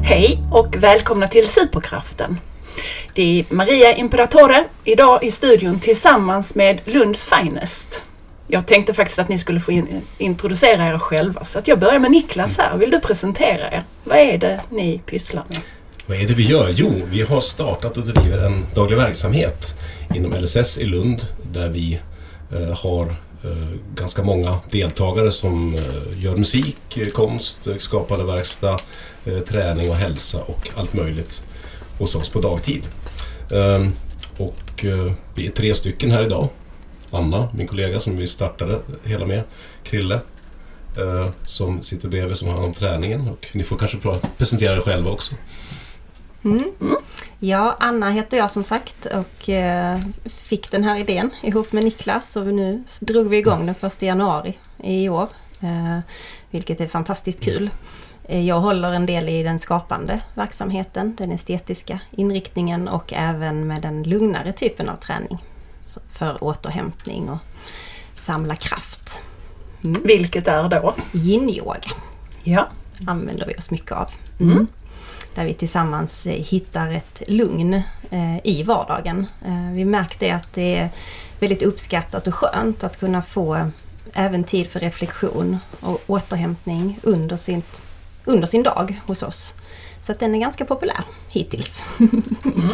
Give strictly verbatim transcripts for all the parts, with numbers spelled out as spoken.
Hej och välkomna till Superkraften. Det är Maria Imperatore idag i studion tillsammans med Lunds Finest. Jag tänkte faktiskt att ni skulle få in, introducera er själva, så att jag börjar med Niklas här. Vill du presentera er? Vad är det ni pysslar med? Vad är det vi gör? Jo, vi har startat och driver en daglig verksamhet inom L S S i Lund där vi eh, har eh, ganska många deltagare som eh, gör musik, konst, skapande verkstad, eh, träning och hälsa och allt möjligt hos oss på dagtid. Eh, och eh, vi är tre stycken här idag. Anna, min kollega som vi startade hela med, Krille, eh, som sitter bredvid som har hand om träningen, och ni får kanske presentera er själva också. Mm. Mm. Ja, Anna heter jag som sagt och eh, fick den här idén ihop med Niklas, och nu drog vi igång den första januari i år, eh, vilket är fantastiskt kul. Eh, jag håller en del i den skapande verksamheten, den estetiska inriktningen och även med den lugnare typen av träning för återhämtning och samla kraft. Mm. Vilket är då? Yin-yoga. Ja. Använder vi oss mycket av. Mm. Mm. Där vi tillsammans hittar ett lugn eh, i vardagen. Eh, vi märkte att det är väldigt uppskattat och skönt att kunna få även tid för reflektion och återhämtning under, sitt, under sin dag hos oss. Så att den är ganska populär hittills. Mm.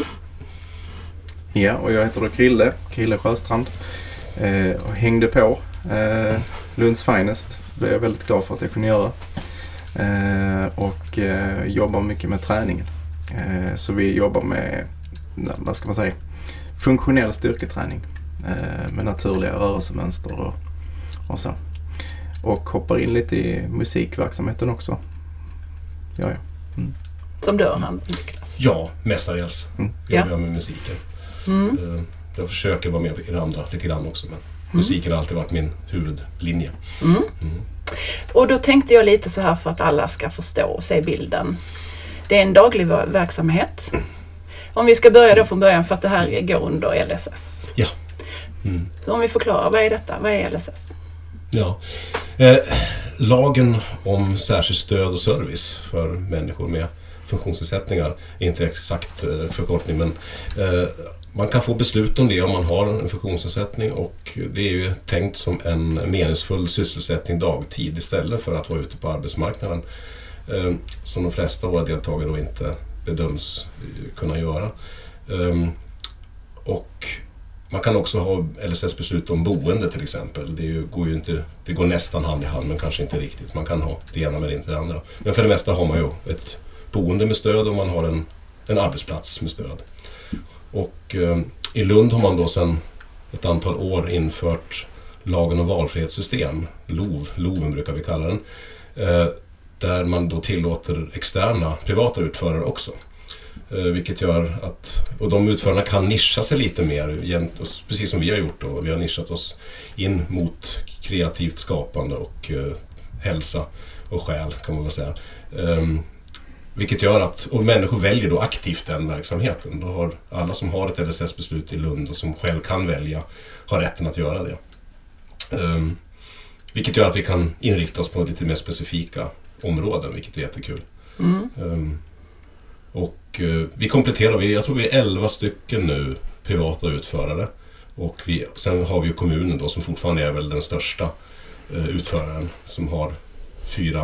Ja, och jag heter då Krille, Krille Sjöstrand, eh, och hängde på eh, Lunds Finest. Det är jag väldigt glad för att jag kunde göra. Eh, och eh, jobbar mycket med träningen. Eh, så vi jobbar med, vad ska man säga, funktionell styrketräning eh, med naturliga rörelsemönster och, och så. Och hoppar in lite i musikverksamheten också. Ja, ja. Mm. Som du har hand, Niklas? Ja, mestadels mm. jobbar ja. jag med musiken. Mm. Jag försöker vara med i det andra lite grann också, men mm. musiken har alltid varit min huvudlinje. Mm. Mm. Och då tänkte jag lite så här för att alla ska förstå och se bilden. Det är en daglig verksamhet. Om vi ska börja då från början, för att det här går under L S S. Ja. Mm. Så om vi förklarar, vad är detta? Vad är L S S? Ja. Eh, lagen om särskilt stöd och service för människor med funktionsnedsättningar är inte exakt eh, förkortning, men eh, man kan få beslut om det om man har en funktionsnedsättning, och det är ju tänkt som en meningsfull sysselsättning dagtid istället för att vara ute på arbetsmarknaden, eh, som de flesta av våra deltagare då inte bedöms kunna göra. Eh, och man kan också ha L S S-beslut om boende till exempel. Det, är ju, går ju inte, det går nästan hand i hand, men kanske inte riktigt. Man kan ha det ena men inte det andra. Men för det mesta har man ju ett boende med stöd och man har en, en arbetsplats med stöd. Och eh, i Lund har man då sedan ett antal år infört lagen om valfrihetssystem, L O V, L O V brukar vi kalla den, eh, där man då tillåter externa privata utförare också. Eh, vilket gör att, och de utförarna kan nischa sig lite mer, precis som vi har gjort då. Vi har nischat oss in mot kreativt skapande och eh, hälsa och själ, kan man väl säga. Eh, Vilket gör att, och människor väljer då aktivt den verksamheten. Då har alla som har ett L S S-beslut i Lund och som själv kan välja, har rätten att göra det. Um, vilket gör att vi kan inrikta oss på lite mer specifika områden, vilket är jättekul. Mm. Um, och uh, vi kompletterar, vi, jag tror vi är elva stycken nu privata utförare. Och vi, sen har vi ju kommunen då som fortfarande är väl den största uh, utföraren, som har fyra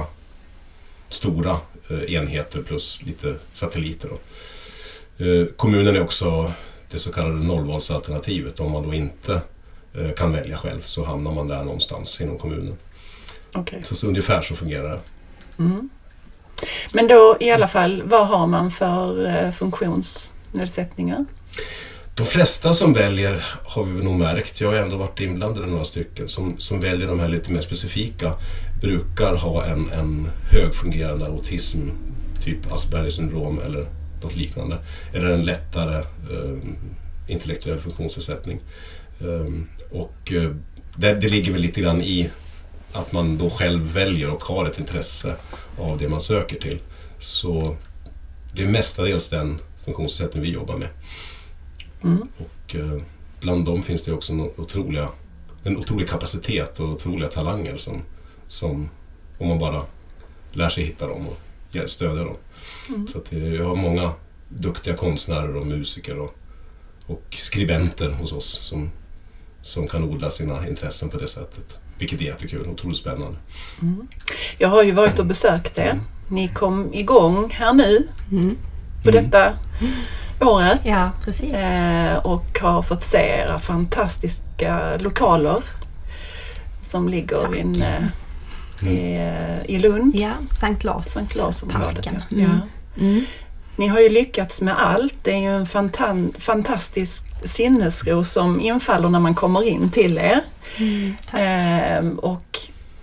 stora enheter plus lite satelliter då. Kommunen är också det så kallade nollvalsalternativet. Om man då inte kan välja själv så hamnar man där någonstans inom kommunen. Okay. Så, så ungefär så fungerar det. Mm. Men då i alla fall, vad har man för funktionsnedsättningar? De flesta som väljer har vi nog märkt, jag har ändå varit inblandad i några stycken, som, som väljer de här lite mer specifika brukar ha en, en högfungerande autism, typ Asperger syndrom eller något liknande. Eller en lättare eh, intellektuell funktionsnedsättning. Eh, och eh, det, det ligger väl lite grann i att man då själv väljer och har ett intresse av det man söker till. Så det är mestadels den funktionsnedsättning vi jobbar med. Mm. Och eh, bland dem finns det också en, otroliga, en otrolig kapacitet och otroliga talanger som, som om man bara lär sig hitta dem och stödja dem. Mm. Så att vi har många duktiga konstnärer och musiker och, och skribenter hos oss som, som kan odla sina intressen på det sättet. Vilket är jättekul, otroligt spännande. Mm. Jag har ju varit och besökt er. Ni kom igång här nu mm. på detta mm. året. Ja, precis. Eh, och har fått se era fantastiska lokaler som ligger inne i, i Lund. Ja, Sankt Lars. Sankt Lars-området. Mm. Ja. Mm. Ni har ju lyckats med allt. Det är ju en fanta- fantastisk sinnesro som infaller när man kommer in till er. Mm, eh, och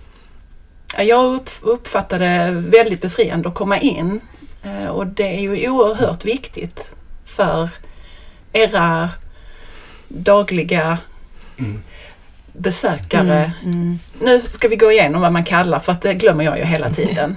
jag upp, uppfattar det väldigt befriande att komma in. Eh, och det är ju oerhört viktigt för era dagliga mm. besökare. Mm, mm. Nu ska vi gå igenom vad man kallar, för att det glömmer jag ju hela tiden.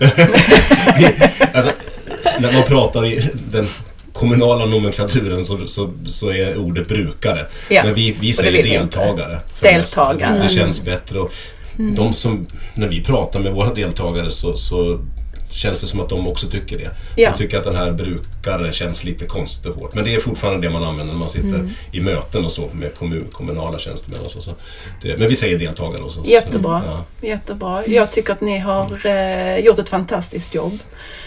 Alltså, när man pratar i den kommunala nomenklaturen så, så, så är ordet brukare. Ja. Men vi, vi säger deltagare. Deltagare. Mm. Det känns bättre. Och mm. de som, när vi pratar med våra deltagare så, så känns det som att de också tycker det. Ja. De tycker att den här brukare känns lite konstigt och hårt. Men det är fortfarande det man använder när man sitter mm. i möten och så med kommun, kommunala tjänstemän och så. så det, men vi säger deltagare också. Jättebra. Så, ja. Jättebra. Jag tycker att ni har eh, gjort ett fantastiskt jobb.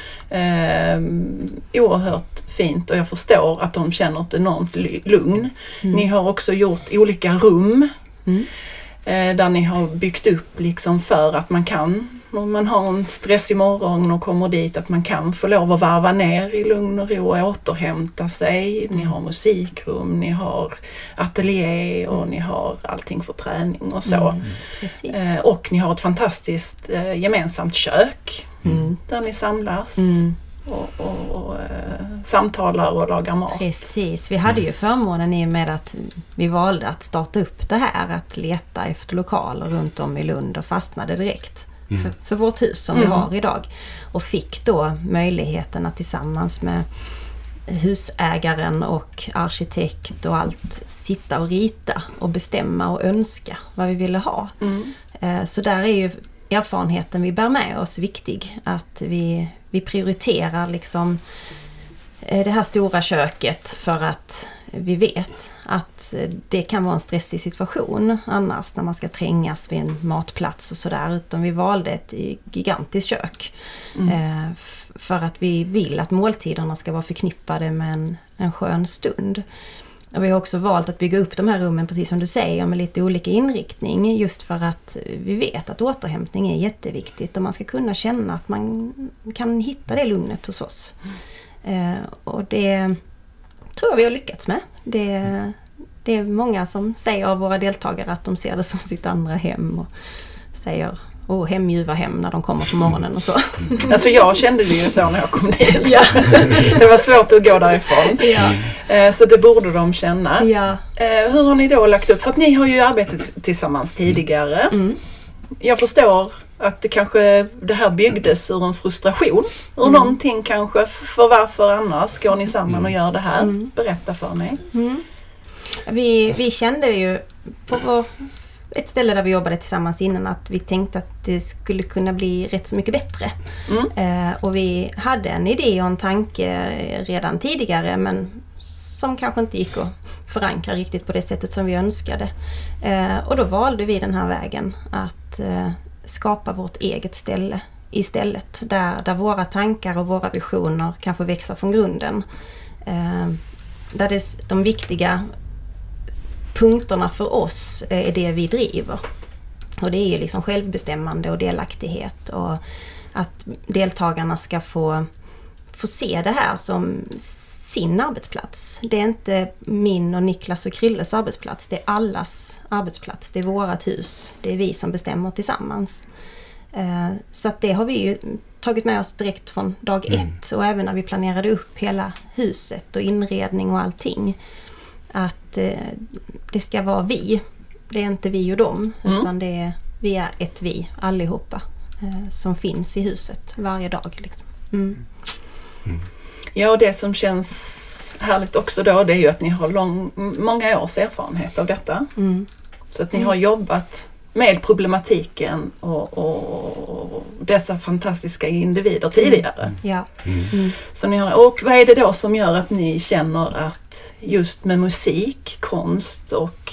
Eh, oerhört fint, och jag förstår att de känner ett enormt lugn. Mm. Ni har också gjort olika rum mm. eh, där ni har byggt upp liksom för att man kan, om man har en stress i morgon och kommer dit, att man kan få lov att varva ner i lugn och ro och återhämta sig. Mm. Ni har musikrum, ni har ateljé och ni har allting för träning och så. Mm. Eh, och ni har ett fantastiskt eh, gemensamt kök mm. där ni samlas. Mm. Och, och, och äh, samtalar och lagar mat. Precis, vi hade ju förmånen i och med att vi valde att starta upp det här, att leta efter lokaler runt om i Lund, och fastnade direkt mm. för, för vårt hus som mm. vi har idag, och fick då möjligheten att tillsammans med husägaren och arkitekt och allt sitta och rita och bestämma och önska vad vi ville ha. Mm. Äh, så där är ju erfarenheten vi bär med oss viktig, att vi, vi prioriterar liksom det här stora köket för att vi vet att det kan vara en stressig situation annars när man ska trängas vid en matplats och sådär, utan vi valde ett gigantiskt kök mm. eh, för att vi vill att måltiderna ska vara förknippade med en, en skön stund. Och vi har också valt att bygga upp de här rummen, precis som du säger, med lite olika inriktning, just för att vi vet att återhämtning är jätteviktigt och man ska kunna känna att man kan hitta det lugnet hos oss. Mm. Eh, och det tror jag vi har lyckats med. Det, det är många som säger av våra deltagare att de ser det som sitt andra hem och säger och hemljuva hem när de kommer på morgonen och så. Mm. Alltså jag kände det ju så när jag kom dit. Ja. Det var svårt att gå därifrån. Ja. Så det borde de känna. Ja. Hur har ni då lagt upp? För att ni har ju arbetat tillsammans tidigare. Mm. Jag förstår att det kanske det här byggdes ur en frustration. Ur mm. någonting kanske. För varför annars går ni samman och gör det här? Mm. Berätta för mig. Mm. Vi, vi kände ju på vår ett ställe där vi jobbade tillsammans innan att vi tänkte att det skulle kunna bli rätt så mycket bättre. Mm. Eh, och vi hade en idé och en tanke redan tidigare, men som kanske inte gick att förankra riktigt på det sättet som vi önskade. Eh, och då valde vi den här vägen att eh, skapa vårt eget ställe istället. Där, där våra tankar och våra visioner kan få växa från grunden. Eh, där det, de viktiga punkterna för oss är det vi driver. Och det är ju liksom självbestämmande och delaktighet, och att deltagarna ska få, få se det här som sin arbetsplats. Det är inte min och Niklas och Krilles arbetsplats, det är allas arbetsplats. Det är vårat hus, det är vi som bestämmer tillsammans. Så att det har vi ju tagit med oss direkt från dag mm. ett, och även när vi planerade upp hela huset och inredning och allting. Att eh, det ska vara vi. Det är inte vi och dem, mm. utan det är, vi är ett vi allihopa eh, som finns i huset varje dag. Liksom. Mm. Mm. Ja, och det som känns härligt också då, det är ju att ni har lång, många års erfarenhet av detta. Mm. Så att ni mm. har jobbat med problematiken och, och, och dessa fantastiska individer tidigare. Ja. Mm. Så ni har, och vad är det då som gör att ni känner att just med musik, konst och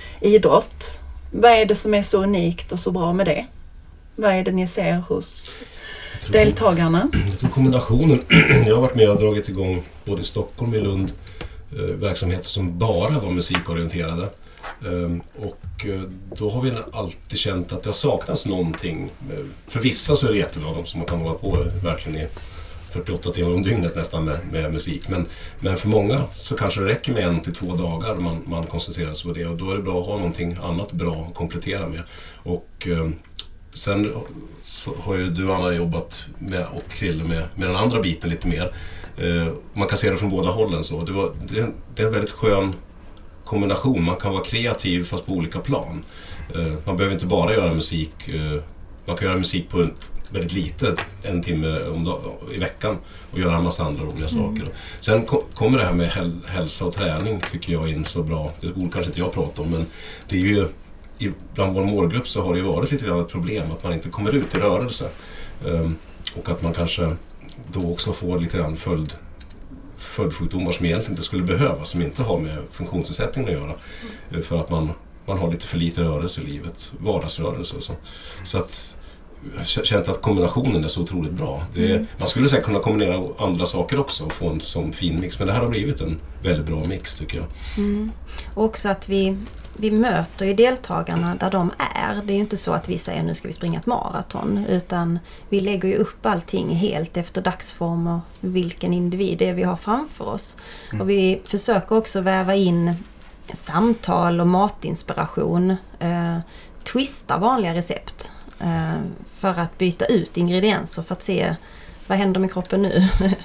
idrott, vad är det som är så unikt och så bra med det? Vad är det ni ser hos deltagarna? Jag tror kombinationen, jag har varit med och dragit igång både i Stockholm och i Lund eh, verksamheter som bara var musikorienterade. Um, och uh, då har vi alltid känt att det saknas någonting. För vissa så är det jättebra, de som man kan hålla på verkligen i fyrtioåtta timmar om dygnet nästan med, med musik. Men, men för många så kanske det räcker med en till två dagar man, man koncentrerar sig på det. Och då är det bra att ha någonting annat bra att komplettera med. Och um, sen så har ju du, Anna, jobbat med, och Krille med, med den andra biten lite mer. Uh, man kan se det från båda hållen så. Det, var, det, det är en väldigt skön kombination. Man kan vara kreativ fast på olika plan. Uh, man behöver inte bara göra musik. Uh, man kan göra musik på en, väldigt lite, en timme om dag, i veckan och göra en massa andra roliga mm. saker. Sen kom, kommer det här med häl, hälsa och träning tycker jag in så bra. Det borde kanske inte jag prata om, men det är ju i, bland vår målgrupp så har det ju varit lite grann ett problem att man inte kommer ut i rörelse. Um, och att man kanske då också får lite grann följd följdsjukdomar som egentligen inte skulle behövas, som inte har med funktionsnedsättningen att göra. Mm. För att man, man har lite för lite rörelse i livet, vardagsrörelse och så. Så att jag känt att kombinationen är så otroligt bra. Det är, mm. Man skulle säkert kunna kombinera andra saker också och få en sån fin mix, men det här har blivit en väldigt bra mix tycker jag. Mm. Och också att vi, vi möter ju deltagarna där de är. Det är ju inte så att vi säger nu ska vi springa ett maraton, utan vi lägger ju upp allting helt efter dagsform och vilken individ det är vi har framför oss. Mm. Och vi försöker också väva in samtal och matinspiration, eh, twista vanliga recept eh, för att byta ut ingredienser för att se vad händer med kroppen nu.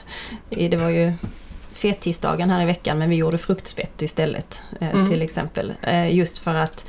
Det var ju fettisdagen här i veckan, men vi gjorde fruktspett istället eh, mm. till exempel. Eh, just för att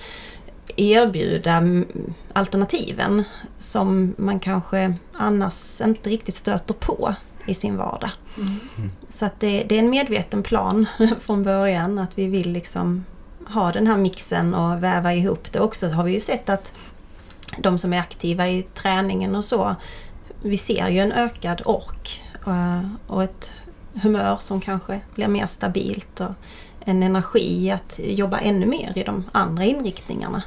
erbjuda alternativen som man kanske annars inte riktigt stöter på i sin vardag. Mm. Mm. Så att det, det är en medveten plan från början att vi vill liksom ha den här mixen och väva ihop det. Också har vi ju sett att de som är aktiva i träningen och så, vi ser ju en ökad ork och ett humör som kanske blir mer stabilt och en energi att jobba ännu mer i de andra inriktningarna.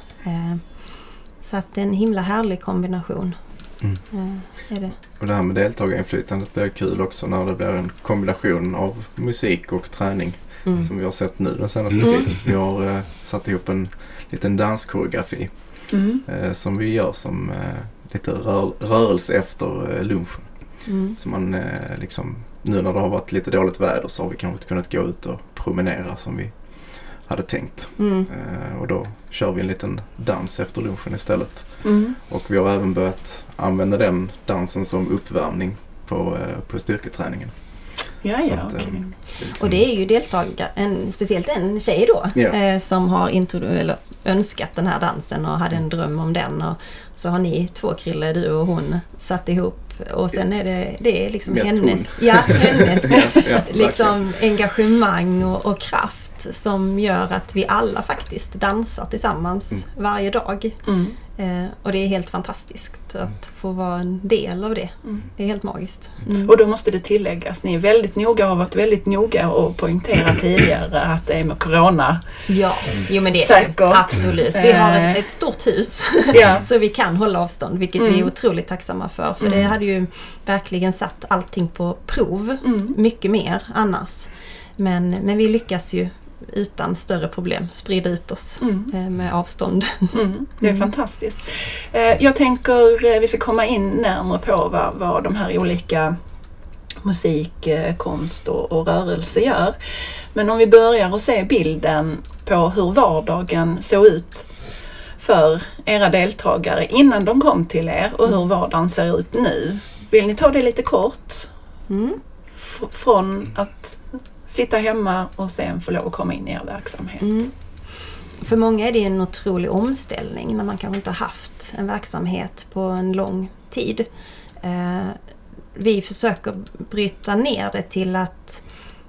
Så att det är en himla härlig kombination. Mm. Är det. Och det här med deltagarinflytandet blir kul också när det blir en kombination av musik och träning mm. som vi har sett nu den senaste mm. tiden. Vi har uh, satt ihop en liten danskoreografi mm. uh, som vi gör som uh, lite rör- rörelse efter uh, lunchen. Mm. Så man uh, liksom, nu när det har varit lite dåligt väder så har vi kanske inte kunnat gå ut och promenera som vi hade tänkt. Mm. Uh, och då kör vi en liten dans efter lunchen istället. Mm. Och vi har även börjat använda den dansen som uppvärmning på, uh, på styrketräningen. Ja, ja, att, okay. uh, liksom. Och det är ju deltagare, en, speciellt en tjej då, ja. eh, som har introdu- eller önskat den här dansen och hade en dröm om den. Och så har ni två Krille, du och hon, satt ihop. Och sen är det, det är liksom Mest hennes, ja, hennes ja, ja, liksom engagemang och, och kraft som gör att vi alla faktiskt dansar tillsammans mm. varje dag. Mm. Eh, och det är helt fantastiskt att få vara en del av det. Mm. Det är helt magiskt. Mm. Och då måste det tilläggas, ni är väldigt noga och har varit väldigt noga och poängterat tidigare att det är med corona. Ja, jo, men det är säkert. Absolut. Vi har ett, ett stort hus ja. Så vi kan hålla avstånd, vilket mm. vi är otroligt tacksamma för. För mm. det hade ju verkligen satt allting på prov, mm. mycket mer annars. Men, men vi lyckas ju utan större problem sprida ut oss mm. med avstånd. Mm. Det är mm. fantastiskt. Jag tänker vi ska komma in närmare på vad, vad de här olika musik, konst och, och rörelse gör. Men om vi börjar och se bilden på hur vardagen såg ut för era deltagare innan de kom till er och hur vardagen ser ut nu. Vill ni ta det lite kort? Mm. F- från att sitta hemma och sen få lov att komma in i er verksamhet. Mm. För många är det en otrolig omställning när man kanske inte har haft en verksamhet på en lång tid. Eh, vi försöker bryta ner det till att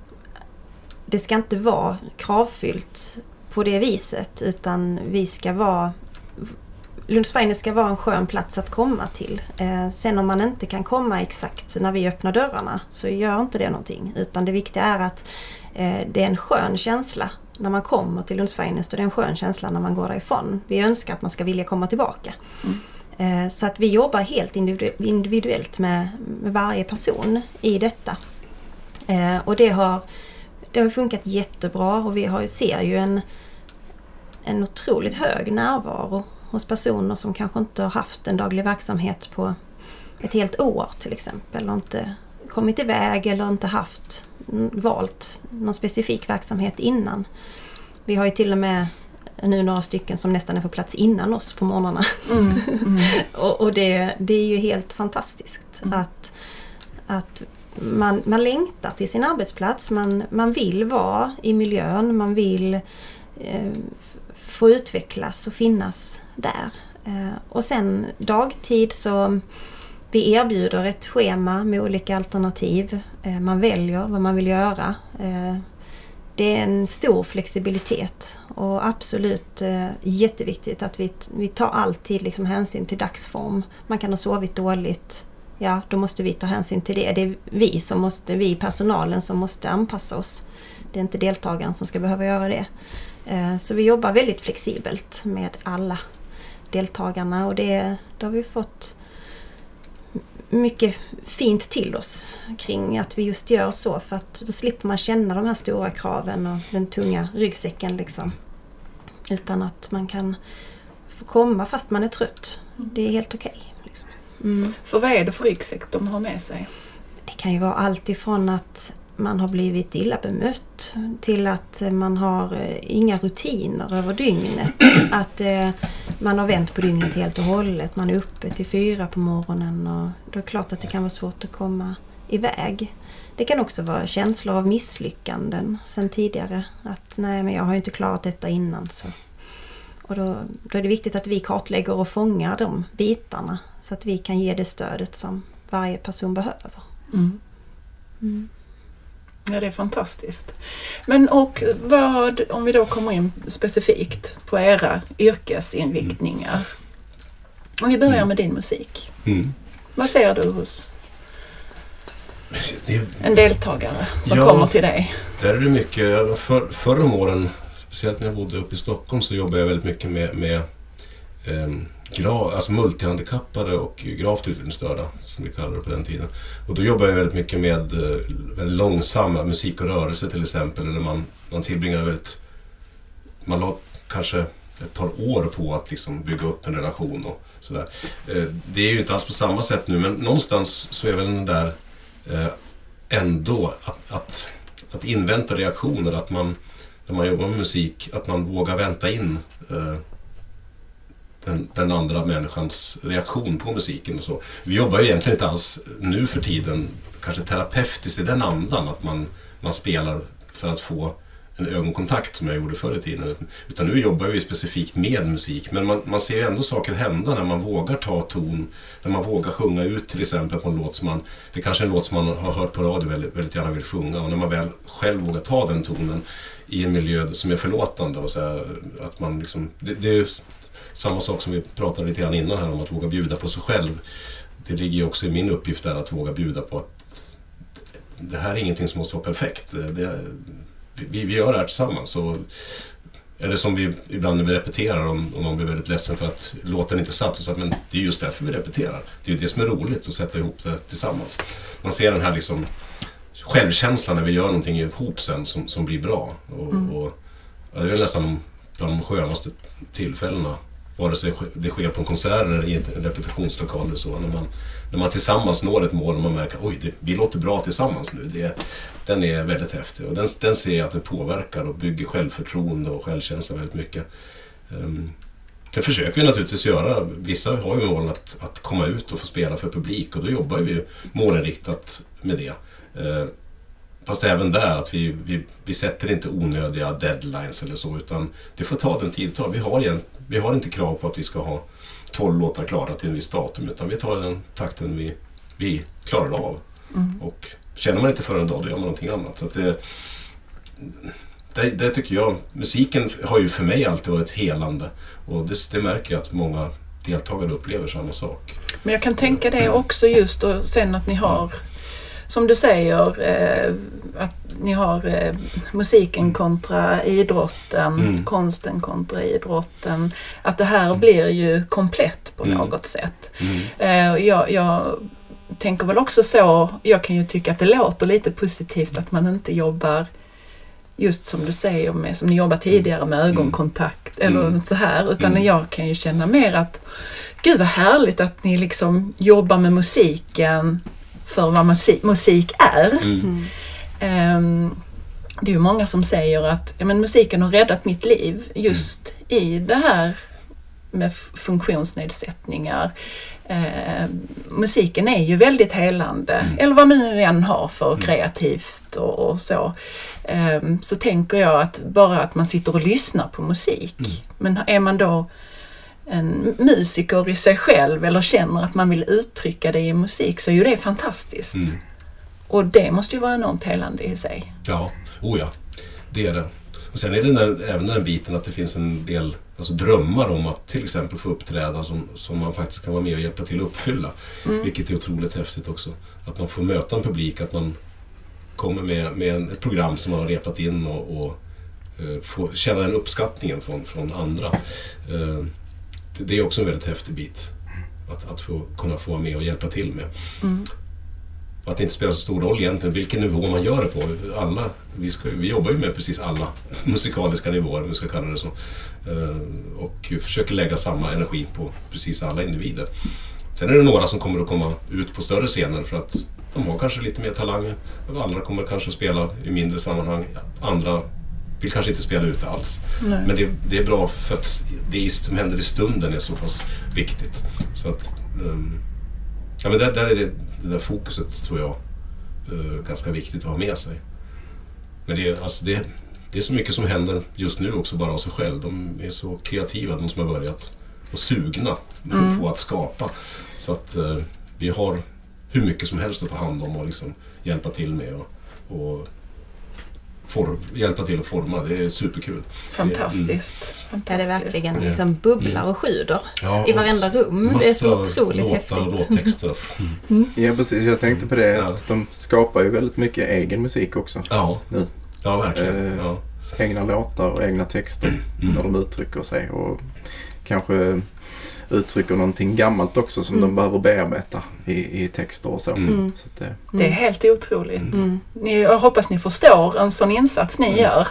det ska inte vara kravfyllt på det viset, utan vi ska vara Lunds Finest ska vara en skön plats att komma till. Eh, sen om man inte kan komma exakt när vi öppnar dörrarna så gör inte det någonting. Utan det viktiga är att eh, det är en skön känsla när man kommer till Lunds Finest och det är en skön känsla när man går därifrån. Vi önskar att man ska vilja komma tillbaka. Mm. Eh, så att vi jobbar helt individu- individuellt med, med varje person i detta. Eh, och det har, det har funkat jättebra och vi har, ser ju en, en otroligt hög närvaro hos personer som kanske inte har haft en daglig verksamhet på ett helt år till exempel. Och inte kommit iväg eller inte haft valt någon specifik verksamhet innan. Vi har ju till och med nu några stycken som nästan är på plats innan oss på morgnarna. Mm, mm. och och det, det är ju helt fantastiskt mm. att, att man, man längtar till sin arbetsplats. Man, man vill vara i miljön. Man vill eh, få utvecklas och finnas där. Eh, och sen dagtid så vi erbjuder ett schema med olika alternativ. Eh, man väljer vad man vill göra. Eh, det är en stor flexibilitet och absolut eh, jätteviktigt att vi, vi tar alltid liksom hänsyn till dagsform. Man kan ha sovit dåligt. Ja, då måste vi ta hänsyn till det. Det är vi som måste, vi personalen som måste anpassa oss. Det är inte deltagaren som ska behöva göra det. Eh, så vi jobbar väldigt flexibelt med alla deltagarna och det, det har vi fått mycket fint till oss kring att vi just gör så, för att då slipper man känna de här stora kraven och den tunga ryggsäcken liksom. Utan att man kan få komma fast man är trött. Det är helt okej. Okay, liksom. Mm. För vad är det för ryggsäck de har med sig? Det kan ju vara allt ifrån att man har blivit illa bemött till att man har inga rutiner över dygnet. Att eh, man har vänt på dygnet helt och hållet. Man är uppe till fyra på morgonen och då är det klart att det kan vara svårt att komma iväg. Det kan också vara känslor av misslyckanden sen tidigare. Att nej, men jag har ju inte klarat detta innan. Så. Och då, då är det viktigt att vi kartlägger och fångar de bitarna så att vi kan ge det stödet som varje person behöver. Mm. Mm. Ja, det är fantastiskt. Men och vad, om vi då kommer in specifikt på era yrkesinriktningar. Mm. Om vi börjar med din musik. Mm. Vad ser du hos en deltagare som ja, kommer till dig? Där är det mycket. För, förr om åren, speciellt när jag bodde uppe i Stockholm, så jobbade jag väldigt mycket med, med eh, gra, alltså multihandikappade och gravt utvecklingsstörda, som vi kallade det på den tiden. Och då jobbade jag väldigt mycket med eh, väldigt långsamma musik och rörelse till exempel. Eller man, man tillbringade väldigt, man la kanske ett par år på att liksom bygga upp en relation och sådär. Eh, det är ju inte alls på samma sätt nu, men någonstans så är väl den där eh, ändå att, att, att invänta reaktioner, att man när man jobbar med musik, att man vågar vänta in eh, Den, den andra människans reaktion på musiken och så. Vi jobbar ju egentligen inte alls nu för tiden kanske terapeutiskt i den andan att man, man spelar för att få en ögonkontakt som jag gjorde förr i tiden. Utan nu jobbar vi specifikt med musik. Men man, man ser ju ändå saker hända när man vågar ta ton, när man vågar sjunga ut till exempel på en låt som man, det kanske är en låt som man har hört på radio väldigt, väldigt gärna vill sjunga. Och när man väl själv vågar ta den tonen i en miljö som är förlåtande och så här, att man liksom, det, det är ju samma sak som vi pratade lite grann innan här om att våga bjuda på sig själv. Det ligger ju också i min uppgift där att våga bjuda på att det här är ingenting som måste vara perfekt. Det, vi, vi gör det här tillsammans. Och är det som vi ibland när vi repeterar om, om någon blir väldigt ledsen för att låten inte satt och så att men det är just därför vi repeterar. Det är ju det som är roligt att sätta ihop det tillsammans. Man ser den här liksom självkänslan när vi gör någonting ihop sen som, som blir bra. Och, mm. och ja, det är nästan bland de skönaste tillfällena. Vare sig det sker på en konsert eller i en repetitionslokal eller så. När man, när man tillsammans når ett mål och man märker oj, det, vi låter bra tillsammans nu. Det, den är väldigt häftig. Och den, den ser jag att det påverkar och bygger självförtroende och självkänsla väldigt mycket. Um, sen försöker vi naturligtvis göra, vissa har ju mål att, att komma ut och få spela för publik. Och då jobbar vi målinriktat med det. Uh, Fast även där att vi, vi, vi sätter inte onödiga deadlines eller så, utan det får ta den tid det tar. Vi har, igen, vi har inte krav på att vi ska ha tolv låtar klara till en viss datum, utan vi tar den takten vi, vi klarar av. Mm. Och känner man inte för en dag, då gör man någonting annat. Så att det, det, det tycker jag, musiken har ju för mig alltid varit helande. Och det, det märker jag att många deltagare upplever samma sak. Men jag kan tänka det också just och sen att ni har, som du säger, eh, att ni har eh, musiken kontra idrotten, mm. konsten kontra idrotten. Att det här blir ju komplett på mm. något sätt. Mm. Eh, jag, jag tänker väl också så, jag kan ju tycka att det låter lite positivt att man inte jobbar just som du säger, med, som ni jobbar tidigare med ögonkontakt mm. eller något så här. Utan mm. jag kan ju känna mer att gud vad härligt att ni liksom jobbar med musiken för vad musik, musik är. Mm. Um, det är ju många som säger att ja, men musiken har räddat mitt liv just mm. i det här med funktionsnedsättningar. Uh, musiken är ju väldigt helande, mm. eller vad man nu än har för mm. kreativt och, och så. Um, så tänker jag att bara att man sitter och lyssnar på musik, mm. men är man då en musiker i sig själv eller känner att man vill uttrycka det i musik, så är ju det fantastiskt. Mm. Och det måste ju vara enormt helande i sig. Ja, oh ja, det är det. Och sen är det där, även den biten att det finns en del alltså drömmar om att till exempel få uppträda som, som man faktiskt kan vara med och hjälpa till att uppfylla. Mm. Vilket är otroligt häftigt också. Att man får möta en publik, att man kommer med, med en, ett program som man har repat in och, och uh, får känna den uppskattningen från, från andra. Uh, det, det är också en väldigt häftig bit. Att, att få, kunna få med och hjälpa till med. Mm. Att det inte spelar så stor roll egentligen vilken nivå man gör det på. Alla, vi, ska, vi jobbar ju med precis alla musikaliska nivåer, om vi ska kalla det så. Och försöker lägga samma energi på precis alla individer. Sen är det några som kommer att komma ut på större scener för att de har kanske lite mer talang. Andra kommer kanske spela i mindre sammanhang. Andra vill kanske inte spela ut alls. Nej. Men det, det är bra för att det som händer i stunden är så pass viktigt. Så att... Um, Ja, men där, där är det, det där fokuset tror jag uh, ganska viktigt att ha med sig. Men det är, alltså det, det är så mycket som händer just nu också bara av sig själv. De är så kreativa, de som har börjat, och sugna mm. på att skapa. Så att uh, vi har hur mycket som helst att ta hand om och liksom hjälpa till med och, och for, hjälpa till att forma. Det är superkul. Fantastiskt. Mm. Fantastiskt. Ja, det är verkligen liksom bubblar och sjuder ja, i varenda rum. Det är så otroligt låtar häftigt. Och låttexter. Mm. Mm. Ja, precis. Jag tänkte på det. Ja. Att de skapar ju väldigt mycket egen musik också. Ja, nu. Ja verkligen. Ja. Äh, egna låtar och egna texter mm. när de uttrycker sig. Och kanske uttrycker någonting gammalt också som mm. de behöver bearbeta i, i texter och så. Mm. så att det, det är helt otroligt. Mm. Ni, jag hoppas ni förstår en sån insats ni mm. gör.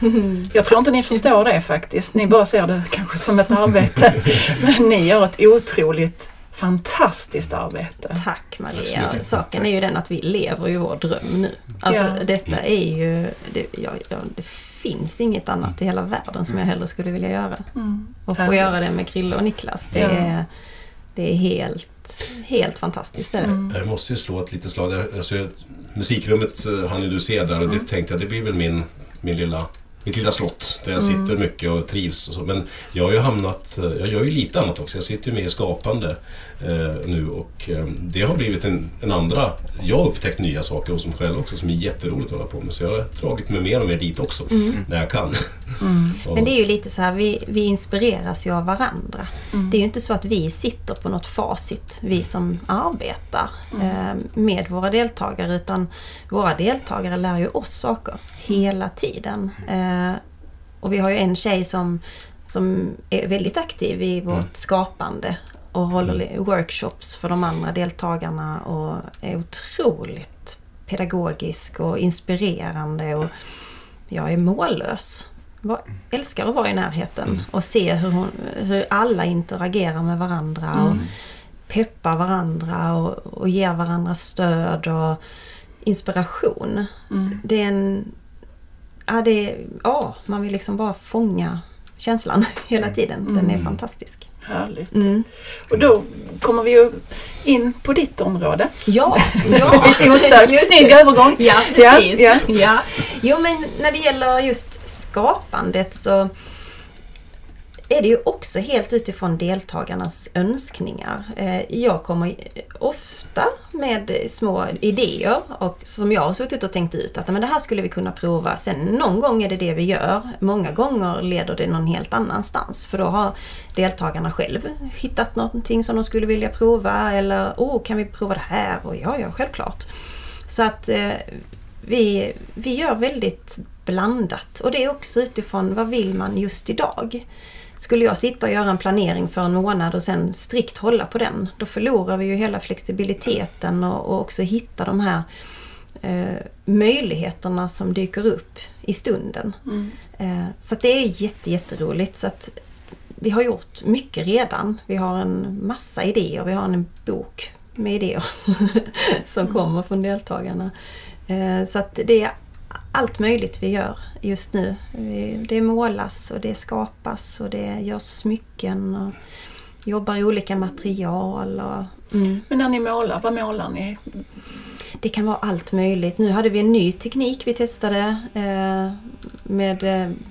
Jag tror inte ni förstår det faktiskt. Ni bara ser det kanske som ett arbete. Men ni gör ett otroligt fantastiskt arbete. Tack Maria. Saken är ju den att vi lever i vår dröm nu. Alltså ja. detta är ju... Det, ja, ja, det finns inget annat i hela världen som jag hellre skulle vilja göra. Mm. Och få göra det med Krille och Niklas. Det, ja. är, det är helt, helt fantastiskt. Är det? Mm. Jag måste ju slå ett litet slag. Alltså, musikrummet hann ju du se där och det mm. tänkte jag, det blir väl min, min lilla... mitt lilla slott där jag sitter mm. mycket och trivs och så. Men jag har ju hamnat, jag gör ju lite annat också. Jag sitter ju med i skapande eh, nu och eh, det har blivit en, en andra, jag har upptäckt nya saker hos mig själv också som är jätteroligt att hålla på med. Så jag har dragit mig mer och mer dit också mm. när jag kan. Mm. Men det är ju lite så här, vi, vi inspireras ju av varandra. Mm. Det är ju inte så att vi sitter på något facit, vi som arbetar mm. eh, med våra deltagare, utan våra deltagare lär ju oss saker hela tiden. Eh, och vi har ju en tjej som, som är väldigt aktiv i vårt mm. skapande och håller workshops för de andra deltagarna och är otroligt pedagogisk och inspirerande, och jag är mållös. Jag älskar att vara i närheten mm. och se hur, hon, hur alla interagerar med varandra mm. och peppar varandra och, och ger varandra stöd och inspiration. Mm. Det är en Ja, det är, ja, man vill liksom bara fånga känslan hela tiden. Den är mm. fantastisk. Härligt. Mm. Och då kommer vi ju in på ditt område. Ja, ja. Lite osökt. Snygg övergång. Ja, precis. Ja, ja. Ja. Jo, men när det gäller just skapandet så är det ju också helt utifrån deltagarnas önskningar. Jag kommer ofta med små idéer och som jag har suttit och tänkt ut att men det här skulle vi kunna prova. Sen någon gång är det det vi gör. Många gånger leder det någon helt annanstans. För då har deltagarna själv hittat någonting som de skulle vilja prova. Eller, åh, oh, kan vi prova det här? Och ja, ja, självklart. Så att eh, vi, vi gör väldigt blandat. Och det är också utifrån vad vill man just idag. Skulle jag sitta och göra en planering för en månad och sen strikt hålla på den, då förlorar vi ju hela flexibiliteten och, och också hitta de här eh, möjligheterna som dyker upp i stunden. Mm. Eh, så att det är jätte, jätteroligt. Så att vi har gjort mycket redan. Vi har en massa idéer. Vi har en bok med idéer som mm. kommer från deltagarna. Eh, så att det är allt möjligt vi gör just nu. Det målas och det skapas och det görs smycken och jobbar i olika material. Och, mm. Men när ni målar, vad målar ni? Det kan vara allt möjligt. Nu hade vi en ny teknik vi testade eh, med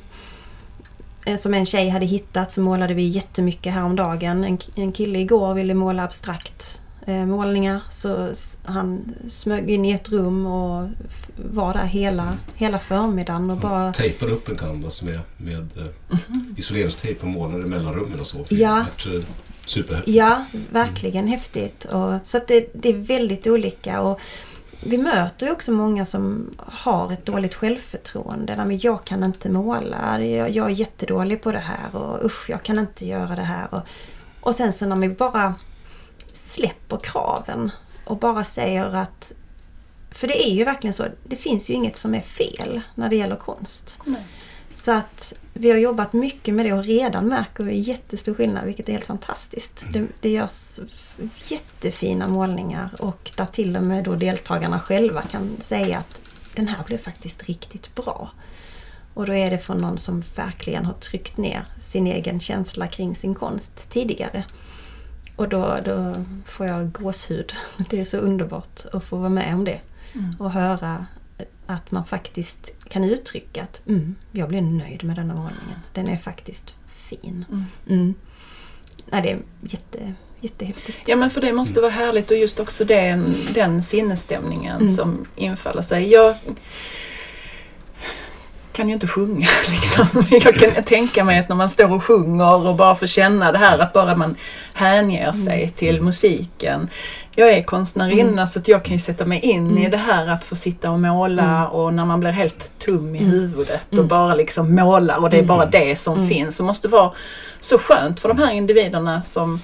eh, som en tjej hade hittat, så målade vi jättemycket häromdagen. En, en kille igår ville måla abstrakt eh, målningar, så han smög in i ett rum och var där hela, hela förmiddagen och bara... Han tejpade upp en canvas med, med mm-hmm. isoleringstejp och målade mellan rummen och så. Ja. Det var superhäftigt. Ja, verkligen mm. häftigt. Och, så att det, det är väldigt olika och vi möter ju också många som har ett dåligt självförtroende. Men jag kan inte måla, jag, jag är jättedålig på det här och usch, jag kan inte göra det här. Och, och sen så när vi bara släpper kraven och bara säger att, för det är ju verkligen så, det finns ju inget som är fel när det gäller konst. Nej. Så att vi har jobbat mycket med det och redan märker vi jättestor skillnad, vilket är helt fantastiskt. Det, det görs jättefina målningar och där till och med då deltagarna själva kan säga att den här blev faktiskt riktigt bra. Och då är det från någon som verkligen har tryckt ner sin egen känsla kring sin konst tidigare. Och då, då får jag gåshud. Det är så underbart att få vara med om det. Mm. Och höra att man faktiskt kan uttrycka att mm, jag blir nöjd med denna målningen. Den är faktiskt fin. Mm. Mm. Nej, det är jätte, jättehäftigt. Ja, men för det måste vara härligt och just också den, den sinnesstämningen mm. som infaller sig. Jag kan ju inte sjunga liksom. Jag kan tänka mig att när man står och sjunger och bara får känna det här att bara man hänger sig mm. till musiken. Jag är konstnärinna mm. så att jag kan ju sätta mig in mm. i det här att få sitta och måla mm. och när man blir helt tum i mm. huvudet och mm. bara liksom målar och det är bara det som mm. finns. Så måste vara så skönt för de här individerna som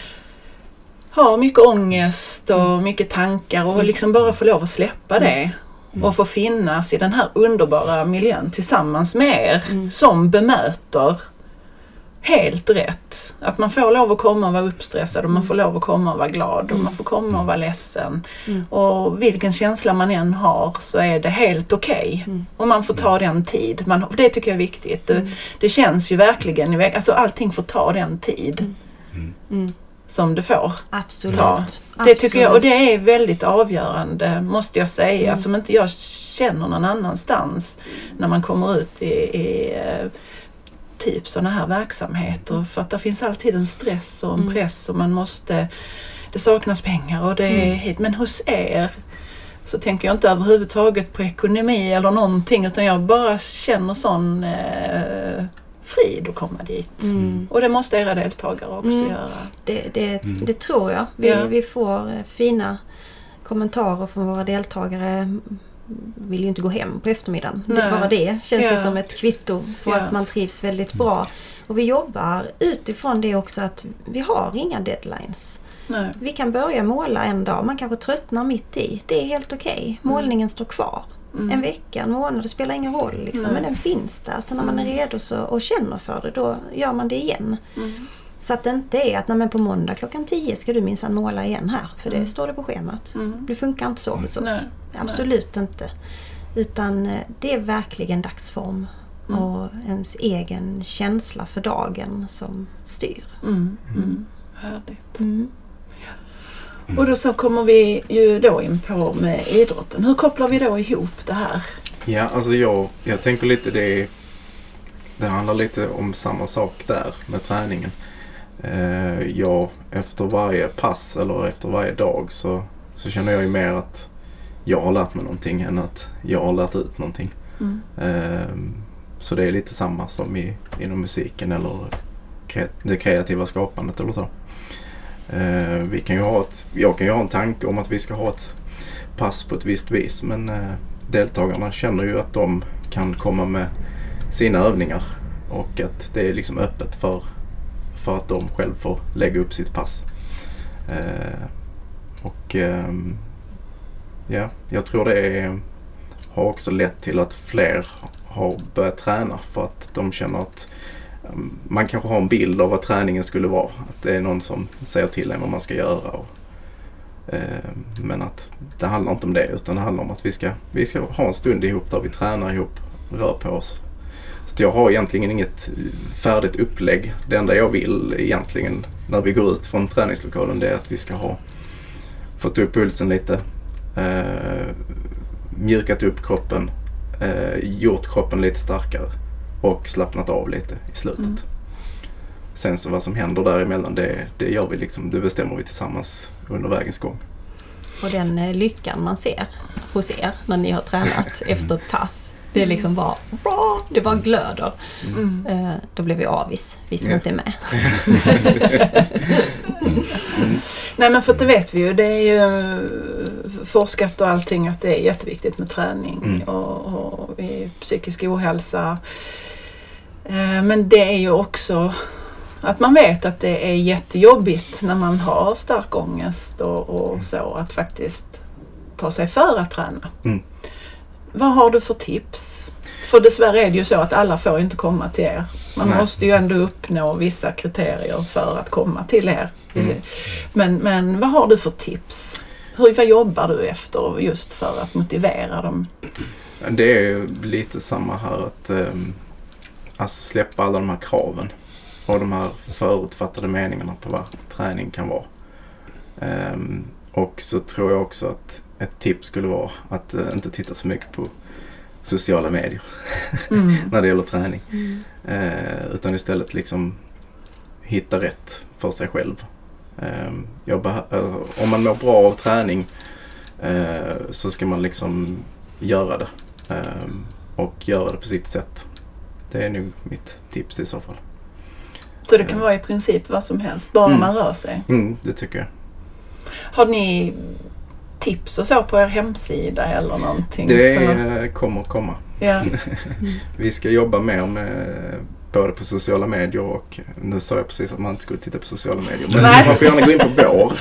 har mycket ångest och mycket tankar och liksom bara få lov att släppa det. Mm. Och få finnas i den här underbara miljön tillsammans med er mm. som bemöter helt rätt. Att man får lov att komma och vara uppstressad och man får lov att komma och vara glad och man får komma och vara ledsen. Mm. Och vilken känsla man än har så är det helt okej. Okay. Mm. Och man får ta den tid. Man, det tycker jag är viktigt. Mm. Det, det känns ju verkligen, alltså allting får ta den tid. Mm. Mm. som det får. Absolut. Ta. Det tycker jag, och det är väldigt avgörande måste jag säga, mm. som inte jag känner någon annanstans när man kommer ut i, i typ sådana här verksamheter, för att det finns alltid en stress och en mm. press och man måste, det saknas pengar och det är mm. hit, men hos er så tänker jag inte överhuvudtaget på ekonomi eller någonting, utan jag bara känner sån eh, frid att komma dit. Mm. Och det måste era deltagare också mm. göra. Det, det, mm. det tror jag. Vi, ja. vi får fina kommentarer från våra deltagare. Vill ju inte gå hem på eftermiddagen. Nej. Det, bara det känns ja. ju som ett kvitto på ja. att man trivs väldigt bra. Och vi jobbar utifrån det också att vi har inga deadlines. Nej. Vi kan börja måla en dag. Man kanske tröttnar mitt i. Det är helt okej. Okay. Målningen mm. står kvar. Mm. En vecka, en månad, det spelar ingen roll. Liksom. Mm. Men den finns där. Så när man är redo så, och känner för det, då gör man det igen. Mm. Så att det inte är att när man på måndag klockan tio ska du minsann måla igen här. För mm. det står det på schemat. Mm. Det funkar inte så hos oss. Nej. Absolut Nej. inte. Utan det är verkligen dagsform. Mm. Och ens egen känsla för dagen som styr. Mm. Mm. Härligt. Mm. Och då så kommer vi ju då in på med idrotten. Hur kopplar vi då ihop det här? Ja, alltså jag, jag tänker lite det det handlar lite om samma sak där med träningen. Eh, jag efter varje pass eller efter varje dag så, så känner jag ju mer att jag har lärt mig någonting än att jag har lärt ut någonting. Mm. Eh, så det är lite samma som i, inom musiken eller det kreativa skapandet eller så. Eh, vi kan ju ha ett, jag kan ju ha en tanke om att vi ska ha ett pass på ett visst vis, men eh, deltagarna känner ju att de kan komma med sina övningar och att det är liksom öppet för, för att de själv får lägga upp sitt pass. Eh, och eh, ja, jag tror det är, har också lett till att fler har börjat träna för att de känner att um, man kanske har en bild av vad träningen skulle vara. Att det är någon som säger till en vad man ska göra. Och, eh, men att det handlar inte om det, utan det handlar om att vi ska, vi ska ha en stund ihop där vi tränar ihop, rör på oss. Så jag har egentligen inget färdigt upplägg. Det enda jag vill egentligen när vi går ut från träningslokalen, det är att vi ska ha fått upp pulsen lite, eh, mjukat upp kroppen, eh, gjort kroppen lite starkare och slappnat av lite i slutet. Mm. Sen så vad som händer däremellan, det, det gör vi liksom, det bestämmer vi tillsammans under vägens gång. Och den eh, lyckan man ser hos er när ni har tränat efter ett pass, det är liksom bara, bra, det bara glöder. Mm. Eh, då blir vi avis, vi som ja. inte är med. mm. Nej, men för att det vet vi ju, det är ju forskat och allting att det är jätteviktigt med träning mm. och, och i psykisk ohälsa. Eh, men det är ju också att man vet att det är jättejobbigt när man har stark ångest och, och mm. så, att faktiskt ta sig för att träna. Mm. Vad har du för tips? För dessvärre är det ju så att alla får inte komma till er. Man Nej. måste ju ändå uppnå vissa kriterier för att komma till er. Mm. Men, men vad har du för tips? Hur, vad jobbar du efter just för att motivera dem? Det är lite samma här, att um, alltså släppa alla de här kraven och de här förutfattade meningarna på vad träning kan vara. Um, och så tror jag också att ett tips skulle vara att uh, inte titta så mycket på sociala medier mm. när det gäller träning. Mm. Uh, utan istället liksom hitta rätt för sig själv. Uh, jag beh- uh, om man mår bra av träning uh, så ska man liksom göra det. Uh, och göra det på sitt sätt. Det är nog mitt tips i så fall. Så det kan uh. vara i princip vad som helst, bara mm. man rör sig? Mm, det tycker jag. Har ni tips och så på er hemsida eller någonting? Det så... kommer komma. Ja. Vi ska jobba mer med både på sociala medier och nu sa jag precis att man inte skulle titta på sociala medier. Men Nej. man får gärna gå in på vår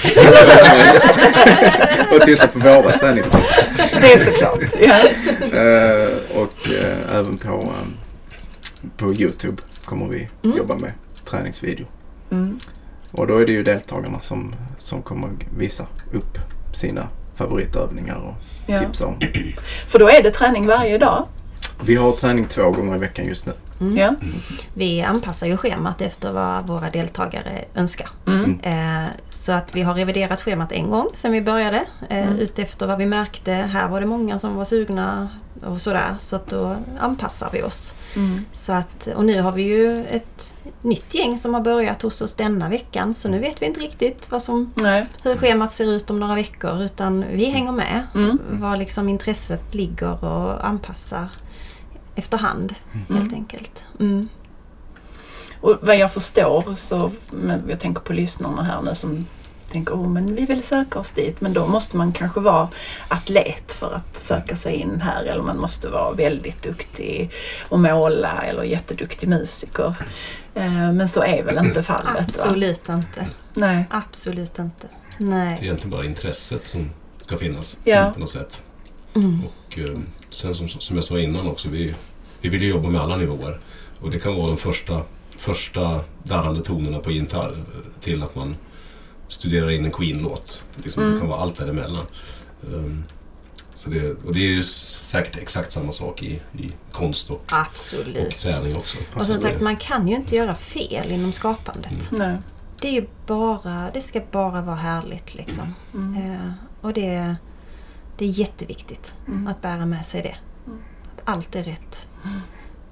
och titta på våra träningsklipp. Det är såklart. Ja. uh, och uh, även på, um, på YouTube kommer vi mm. jobba med träningsvideo. Mm. Och då är det ju deltagarna som, som kommer visa upp sina favoritövningar och ja. tipsa om. För då är det träning varje dag? Vi har träning två gånger i veckan just nu. Mm. Ja. Vi anpassar ju schemat efter vad våra deltagare önskar. Mm. Eh, så att vi har reviderat schemat en gång sedan vi började. Eh, mm. Utefter vad vi märkte. Här var det många som var sugna och sådär. Så att då anpassar vi oss. Mm. Så att, och nu har vi ju ett nytt gäng som har börjat hos oss denna veckan. Så nu vet vi inte riktigt vad som, hur schemat ser ut om några veckor. Utan vi hänger med. Mm. Var liksom intresset ligger och anpassar efterhand mm. helt enkelt. Mm. Och vad jag förstår så, jag tänker på lyssnarna här nu som tänker, oh, men vi vill söka oss dit, men då måste man kanske vara atlet för att söka sig in här, eller man måste vara väldigt duktig och måla eller jätteduktig musiker. Men så är väl inte fallet? Absolut va? inte. Nej. Absolut inte. Nej. Det är egentligen bara intresset som ska finnas ja. på något sätt. Mm. Och eh, sen som, som jag sa innan också, vi, vi vill jobba med alla nivåer. Och det kan vara de första, första darrande tonerna på gitarr till att man studerar in en Queen-låt. Liksom, mm. Det kan vara allt däremellan. Um, så det, och det är ju säkert exakt samma sak i, i konst och, och träning också. Och som sagt, man kan ju inte göra fel inom skapandet. Mm. Nej. Det är ju bara, det ska bara vara härligt liksom. Mm. Eh, och det, det är jätteviktigt mm. att bära med sig det. Mm. Att allt är rätt. Mm.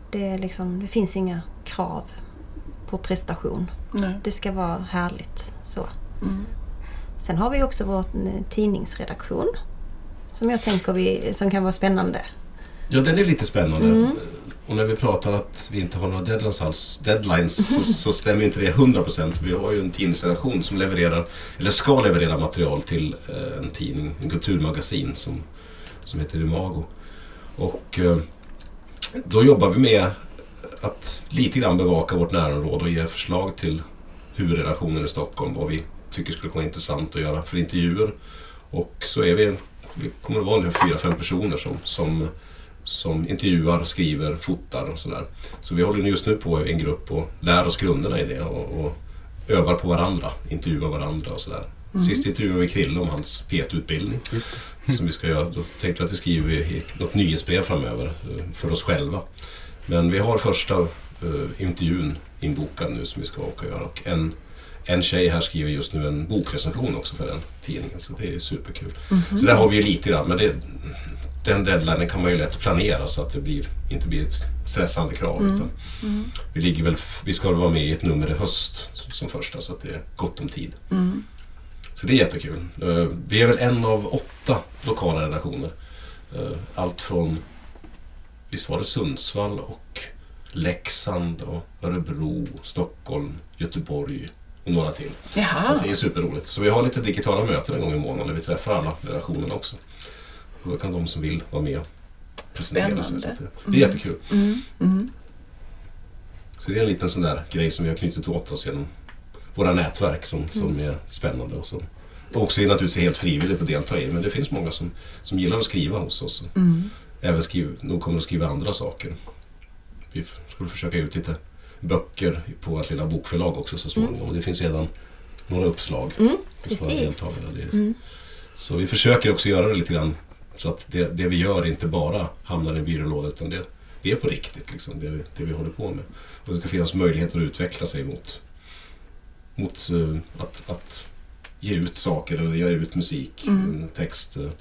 Det, är liksom, det finns inga krav på prestation. Nej. Det ska vara härligt. Så. Mm. Sen har vi också vår tidningsredaktion som jag tänker vi, som kan vara spännande. Ja, den är lite spännande. Mm. Och när vi pratar att vi inte har några deadlines, alls, deadlines så, så stämmer inte det hundra procent. Vi har ju en tidningsredaktion som levererar, eller ska leverera material till eh, en tidning, en kulturmagasin som, som heter Imago. Och eh, då jobbar vi med att lite grann bevaka vårt närområde och ge förslag till huvudredaktionen i Stockholm, vad vi tycker skulle vara intressant att göra för intervjuer. Och så är vi, vi kommer att vara ungefär fyra, fem personer som, som, som intervjuar, skriver, fotar och sådär. Så vi håller just nu på en grupp och lär oss grunderna i det och, och övar på varandra, intervjuar varandra och sådär. Mm. Sist intervjuade vi Krille om hans P ett-utbildning som vi ska göra. Då tänkte vi att vi skriver något nyhetsbrev framöver för oss själva. Men vi har första uh, intervjun inbokad nu som vi ska åka och göra. Och en, en tjej här skriver just nu en bokrecension också för den tidningen. Så det är superkul. Mm-hmm. Så där har vi ju lite grann. Men det, den deadline kan man ju lätt planera så att det blir, inte blir ett stressande krav. Mm. Utan mm. vi, ligger väl, vi ska väl vara med i ett nummer i höst som första så att det är gott om tid. Mm. Så det är jättekul. Uh, vi är väl en av åtta lokala redaktioner. Uh, allt från visst var det Sundsvall och Leksand och Örebro, Stockholm, Göteborg och några till. Jaha. Så det är superroligt. Så vi har lite digitala möten en gång i månaden där vi träffar alla redaktionerna också. Och då kan de som vill vara med och presentera sig. Så det, det är mm. jättekul. Mm. Mm. Så det är en liten sån där grej som vi har knutit åt oss genom våra nätverk som, som mm. är spännande och som och också är naturligtvis helt frivilligt att delta i. Men det finns många som, som gillar att skriva hos oss. Mm. Även skriv, nog kommer att skriva andra saker. Vi skulle försöka ut lite böcker på vårt lilla bokförlag också så småningom. Mm. Och det finns redan några uppslag. Mm, precis. Det är, mm. Så vi försöker också göra det lite grann så att det, det vi gör inte bara hamnar i en byrålåda utan det, det är på riktigt liksom, det, det vi håller på med. Och det ska finnas möjligheter att utveckla sig mot, mot uh, att, att ge ut saker eller ge ut musik, mm. text, uh,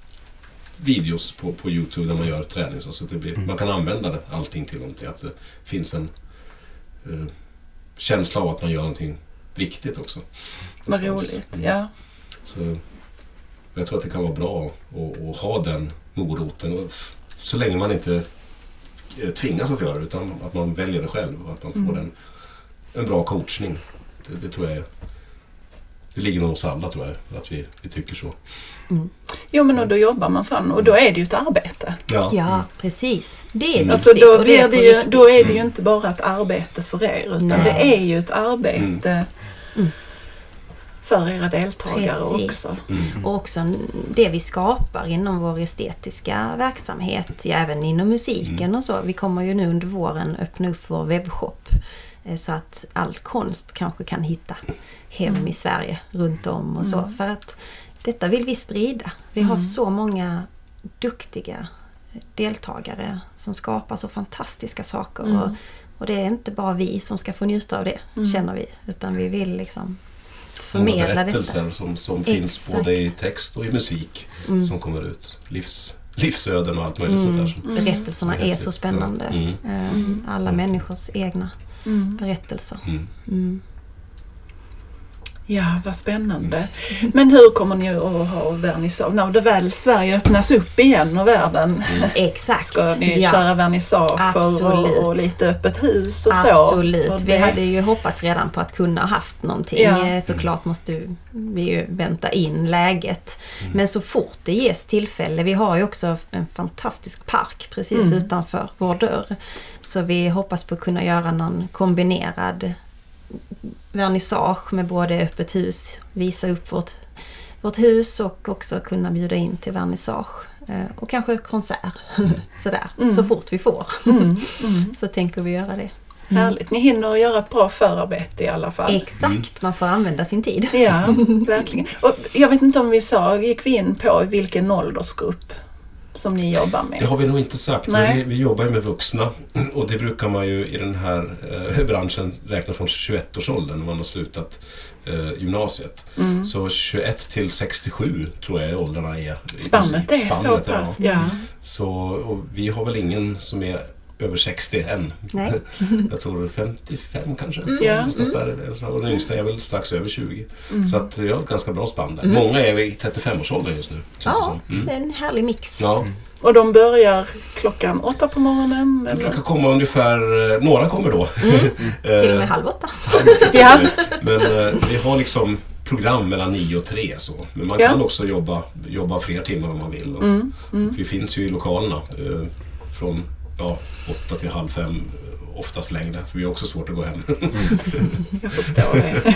videos på, på YouTube där man gör träning så att det blir, mm. man kan använda det, allting till någonting, att det finns en uh, känsla av att man gör någonting viktigt också. Vad roligt, mm. ja. Så jag tror att det kan vara bra att, att ha den moroten och f- så länge man inte tvingas att göra det utan att man väljer det själv och att man får mm. en, en bra coachning. Det, det tror jag är, det ligger nog hos alla tror jag, att vi, vi tycker så. Mm. Jo men och då jobbar man fram och då är det ju ett arbete. Ja, ja precis. Det är mm. viktigt. Alltså då, och det är det ju, då är det ju inte bara ett arbete för er utan Nej. det är ju ett arbete mm. Mm. för era deltagare Precis. också. Mm. Och också det vi skapar inom vår estetiska verksamhet, ja, även inom musiken mm. och så. Vi kommer ju nu under våren öppna upp vår webbshop så att all konst kanske kan hitta hem mm. i Sverige runt om och så. Mm. För att detta vill vi sprida. Vi har mm. så många duktiga deltagare som skapar så fantastiska saker mm. och, och det är inte bara vi som ska få njuta av det, mm. känner vi. Utan vi vill liksom förmedla berättelser detta. som, som finns både i text och i musik mm. som kommer ut. Livs, livsöden och allt möjligt mm. sånt där. Som, Berättelserna som är, är så spännande. Mm. Mm. Alla mm. människors egna mm. berättelser. Mm. Mm. Ja, vad spännande. Mm. Men hur kommer ni att ha vernissage? När det väl Sverige öppnas upp igen och världen mm. Exakt. ska ni ja. köra vernissage och, och lite öppet hus och Absolut. så? Absolut. Vi hade ju hoppats redan på att kunna haft någonting. Ja. Såklart måste vi ju vänta in läget. Mm. Men så fort det ges tillfälle. Vi har ju också en fantastisk park precis mm. utanför vår dörr. Så vi hoppas på att kunna göra någon kombinerad vernissage med både öppet hus, visa upp vårt, vårt hus och också kunna bjuda in till vernissage eh, och kanske konsert mm. sådär, mm. så fort vi får mm. Mm. så tänker vi göra det. Mm. Härligt, ni hinner göra ett bra förarbete i alla fall. Exakt, mm. man får använda sin tid. Ja, verkligen. Och jag vet inte om vi sa, gick vi in på vilken åldersgrupp som ni jobbar med? Det har vi nog inte sagt. Vi, vi jobbar ju med vuxna och det brukar man ju i den här eh, branschen räkna från tjugoett-årsåldern när man har slutat eh, gymnasiet. Mm. Så tjugoett till sextiosju tror jag åldrarna är. Spannet är Spannet, så pass. Ja. Ja. Så och vi har väl ingen som är över sextio än. Nej. Jag tror femtiofem kanske. Mm. Ja. Någonstans där. Och den yngsta är väl strax över tjugo. Mm. Så att jag har ett ganska bra spann där. Mm. Många är i trettiofem-årsåldern just nu. Känns Ja, det, som. det är Mm. en härlig mix. Ja. Och de börjar klockan åtta på morgonen? Det Eller? brukar komma ungefär, några kommer då. Mm. Eh, Till och med halv åtta. Ja. Men eh, vi har liksom program mellan nio och tre så. Men man Ja. kan också jobba, jobba fler timmar om man vill. Och Mm. Mm. vi finns ju i lokalerna eh, från ja, åtta till halv fem, eh, oftast längre. För vi har också svårt att gå hem. Jag förstår det.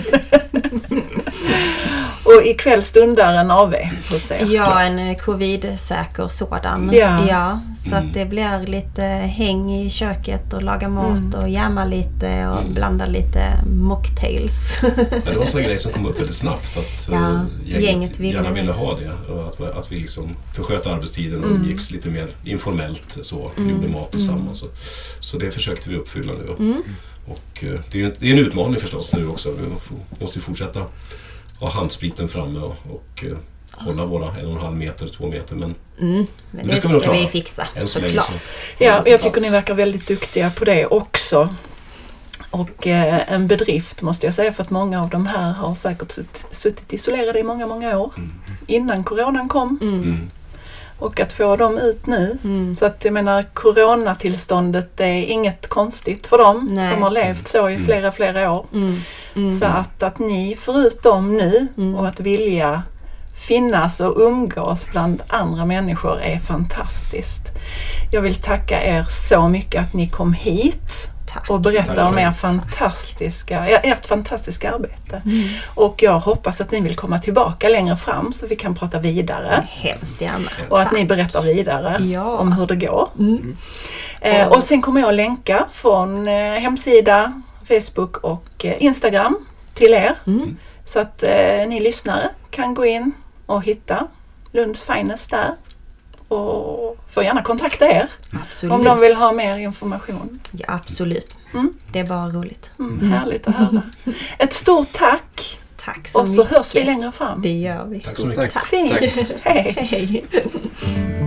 Och ikväll stundar en A V hos er. Ja, en eh, covid-säker sådan. Ja. Ja, så Mm. att det blir lite häng i köket och laga mat Mm. och jamma lite och Mm. blanda lite mocktails. Men det var en sån grej som kom upp väldigt snabbt. Att Ja, eh, gänget, gänget ville gärna det. ville ha det. Och att, att vi liksom försköt arbetstiden och Mm. umgicks lite mer informellt. Så, Mm. gjorde mat tillsammans. Så, så det försökte vi uppfylla nu. Mm. Och eh, det är ju det är en utmaning förstås nu också. Vi får- måste ju fortsätta ha handspriten framme och, och eh, hålla våra en och en halv meter, två meter. Men Mm. Men Men det det ska vi nog ska vi klara. fixa, än så länge såklart. så... Ja, jag tycker ni verkar väldigt duktiga på det också. Och eh, en bedrift måste jag säga, för att många av de här har säkert sutt, suttit isolerade i många, många år. Mm. Innan coronan kom. Mm. Mm. Och att få dem ut nu. Mm. Så att jag menar, coronatillståndet är inget konstigt för dem. Nej. De har levt så i Mm. flera, flera år. Mm. Mm. Så att, att ni får ut dem nu Mm. och att vilja finnas och umgås bland andra människor är fantastiskt. Jag vill tacka er så mycket att ni kom hit Tack. och berätta Tack. om er fantastiska, er- ert fantastiska arbete. Mm. Och jag hoppas att ni vill komma tillbaka längre fram så vi kan prata vidare. Hemskt gärna. Och att ni berättar vidare Ja. om hur det går. Mm. Eh, och sen kommer jag att länka från eh, hemsida, Facebook och eh, Instagram till er. Mm. Så att eh, ni lyssnare kan gå in och hitta Lunds Finest där. Och får gärna kontakta er Absolut. om de vill ha mer information. Ja, absolut. Mm. Det är bara roligt. Mm, härligt att höra. Ett stort tack Tack så och så mycket. hörs vi längre fram. Det gör vi. Tack så mycket. Tack. Fint. Hej. Hej.